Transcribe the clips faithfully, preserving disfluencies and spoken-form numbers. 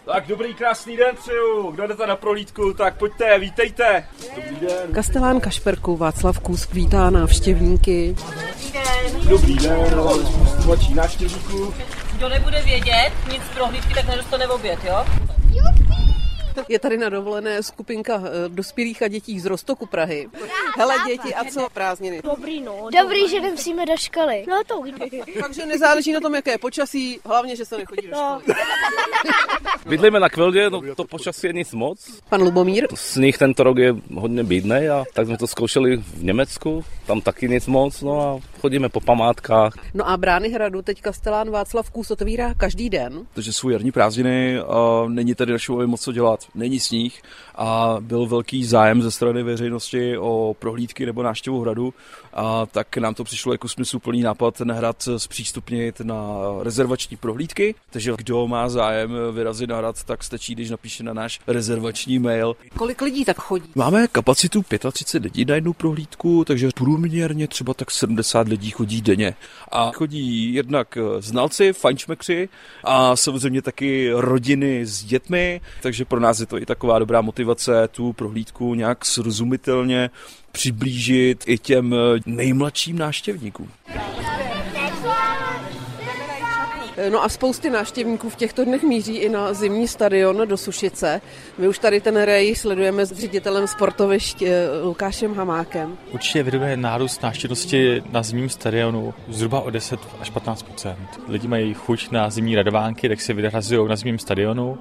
Tak dobrý, krásný den přeju. Kdo jdete na prohlídku, tak pojďte, vítejte. Dobrý den. Kastelán Kašperku Václav Kůsk vítá návštěvníky. Dobrý den. Dobrý den, spoustu návštěvníků. Kdo nebude vědět nic z prohlídky, tak nedostane oběd, jo? Je tady na dovolené skupinka dospělých a dětí z Roztoku Prahy. Hele děti, a co prázdniny? Dobrý, no. Dobrý, že nemusíme do školy. No to Takže nezáleží na tom, jaké je počasí, hlavně, že se nechodí do školy. No. Bydlíme na Kveldě, no to počasí je nic moc. Pan Lubomír? Sníh tento rok je hodně bídnej a tak jsme to zkoušeli v Německu, tam taky nic moc, no a chodíme po památkách. No a brány hradu teď Kastelán Václav Kůsk otevírá každý den. Takže jsou jarní prázdniny a není tady našeho moc co dělat. Není sníh a byl velký zájem ze strany veřejnosti o prohlídky nebo návštěvu hradu, a tak nám to přišlo jako smysluplný nápad ten hrad zpřístupnit na rezervační prohlídky. Takže kdo má zájem vyrazit na hrad, tak stačí, když napíše na náš rezervační mail. Kolik lidí tak chodí? Máme kapacitu třicet pět lidí na jednu prohlídku, takže průměrně třeba tak sedmdesát lidí chodí denně. A chodí jednak znalci, fajnšmekři a samozřejmě taky rodiny s dětmi, takže pro nás je to i taková dobrá motivace tu prohlídku nějak srozumitelně přiblížit i těm nejmladším návštěvníkům. No a spousty návštěvníků v těchto dnech míří i na zimní stadion do Sušice. My už tady ten rej sledujeme s ředitelem sportovišť Lukášem Hamákem. Určitě vidíme nárůst návštěvnosti na zimním stadionu zhruba o deset až patnáct procent. Lidi mají chuť na zimní radovánky, tak se vyrazují na zimním stadionu.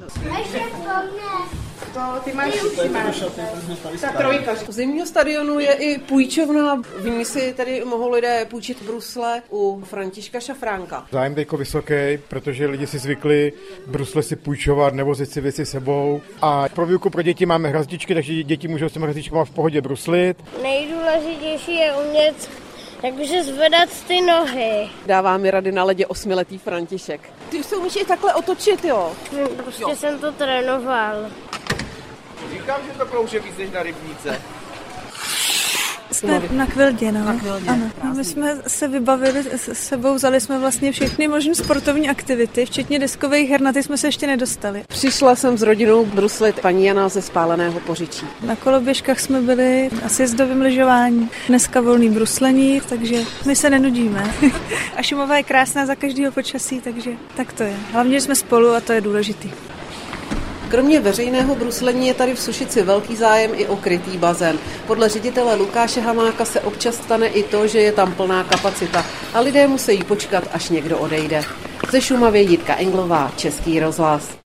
To ty máš, ty máš. Ta trojka. V zimního stadionu je i půjčovna. V ní si tady mohou lidé půjčit brusle u Františka Šafránka. Zájem je vysoký, protože lidi si zvykli brusle si půjčovat nebo vozit si věci sebou. A pro výuku pro děti máme hrazdičky, takže děti můžou s těmi hrazdičkama v pohodě bruslit. Nejdůležitější je umět takže zvedat ty nohy. Dává mi rady na ledě osmiletý František. Ty už se umíš i takhle otočit, jo? Prostě jo. Jsem to trénoval. Říkám, že to klouže víc než na rybníce. Jsme na Kveldě, no. Na Kveldě. Ano. My jsme se vybavili, s sebou vzali jsme vlastně všechny možné sportovní aktivity, včetně deskových her, na ty jsme se ještě nedostali. Přišla jsem s rodinou bruslit paní Jana ze Spáleného Poříčí. Na koloběžkách jsme byli, na sjezdovém lyžování, dneska volný bruslení, takže my se nenudíme. A Šumava je krásná za každého počasí, takže tak to je. Hlavně, že jsme spolu a to je důležitý. Kromě veřejného bruslení je tady v Sušici velký zájem i o krytý bazén. Podle ředitele Lukáše Hamáka se občas stane i to, že je tam plná kapacita a lidé musí počkat, až někdo odejde. Ze Šumavy Jitka Englová, Český rozhlas.